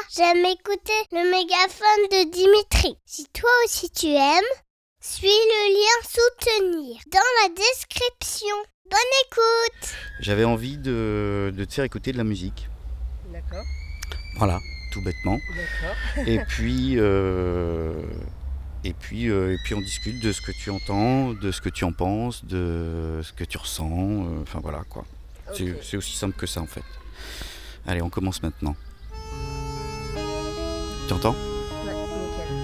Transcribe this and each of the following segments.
j'aime écouter le mégaphone de Dimitri. Si toi aussi tu aimes, suis le lien soutenir dans la description. Bonne écoute. J'avais envie de te faire écouter de la musique. D'accord. Voilà, tout bêtement. D'accord. Et puis on discute de ce que tu entends, de ce que tu en penses, de ce que tu ressens. Enfin voilà quoi. Okay. C'est aussi simple que ça en fait. Allez, on commence maintenant. Tu entends ? Ouais, nickel.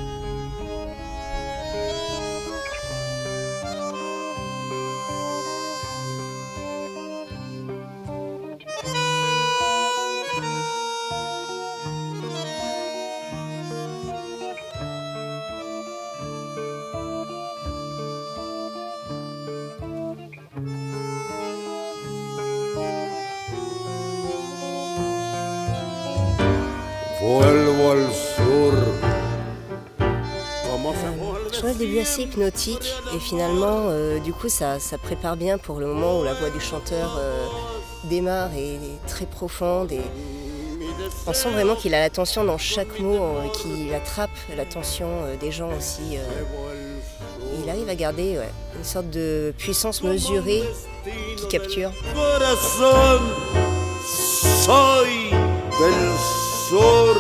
Vuelvo al sur. Je trouvais le début assez hypnotique et finalement, du coup, ça prépare bien pour le moment où la voix du chanteur démarre et est très profonde. Et on sent vraiment qu'il a l'attention dans chaque mot, qu'il attrape l'attention des gens aussi. Il arrive à garder une sorte de puissance mesurée qui capture. Corazón, soy del sur.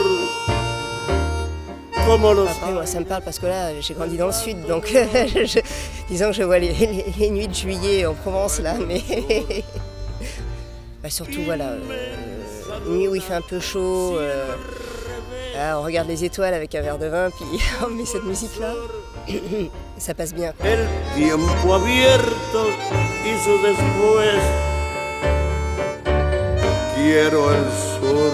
Après, moi, ça me parle parce que là, j'ai grandi dans le sud, donc disons que je vois les nuits de juillet en Provence, là, mais surtout, voilà, une nuit où il fait un peu chaud, là, on regarde les étoiles avec un verre de vin, puis on met cette musique-là, ça passe bien. El tiempo abierto y su después. Quiero el sur.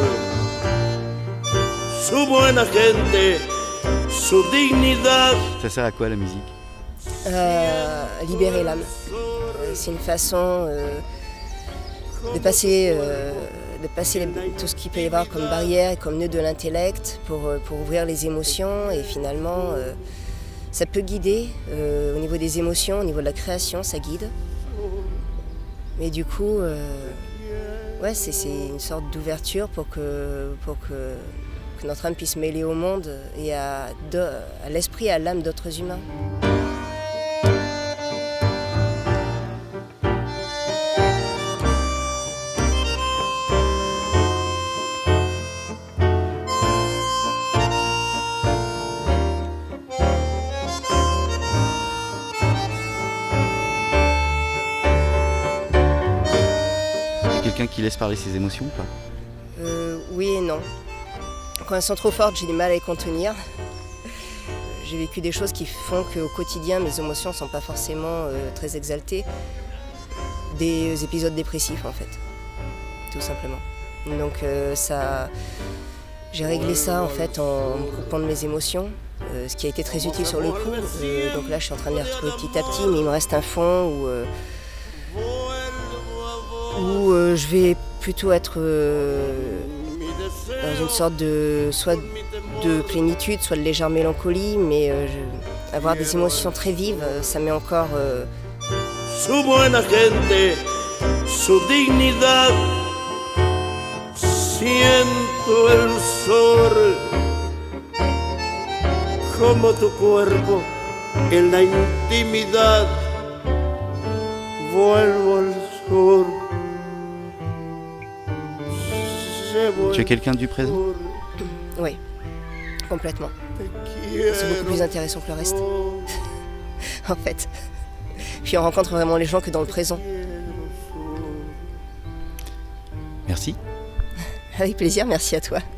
Su buena gente, su dignidad. Ça sert à quoi la musique ? Libérer l'âme. C'est une façon de passer tout ce qu'il peut y avoir comme barrière et comme nœud de l'intellect pour ouvrir les émotions. Et finalement, ça peut guider au niveau des émotions, au niveau de la création, ça guide. Mais du coup, c'est une sorte d'ouverture pour que notre âme puisse mêler au monde et à l'esprit et à l'âme d'autres humains. C'est quelqu'un qui laisse parler ses émotions ou pas ? Oui et non. Quand elles sont trop fortes, j'ai du mal à les contenir. J'ai vécu des choses qui font qu'au quotidien, mes émotions ne sont pas forcément très exaltées. Des épisodes dépressifs, en fait, tout simplement. Donc j'ai réglé ça, en fait, en me coupant de mes émotions, ce qui a été très utile sur le coup. Donc là, je suis en train de les retrouver petit à petit, mais il me reste un fond où je vais plutôt être dans une sorte soit de plénitude, soit de légère mélancolie, mais avoir des émotions très vives, ça met encore... Su buena gente, su dignidad. Siento el sol como tu cuerpo en la intimidad. Vuelvo al sur. Tu es quelqu'un du présent ? Oui, complètement. C'est beaucoup plus intéressant que le reste, en fait. Puis on rencontre vraiment les gens que dans le présent. Merci. Avec plaisir, merci à toi.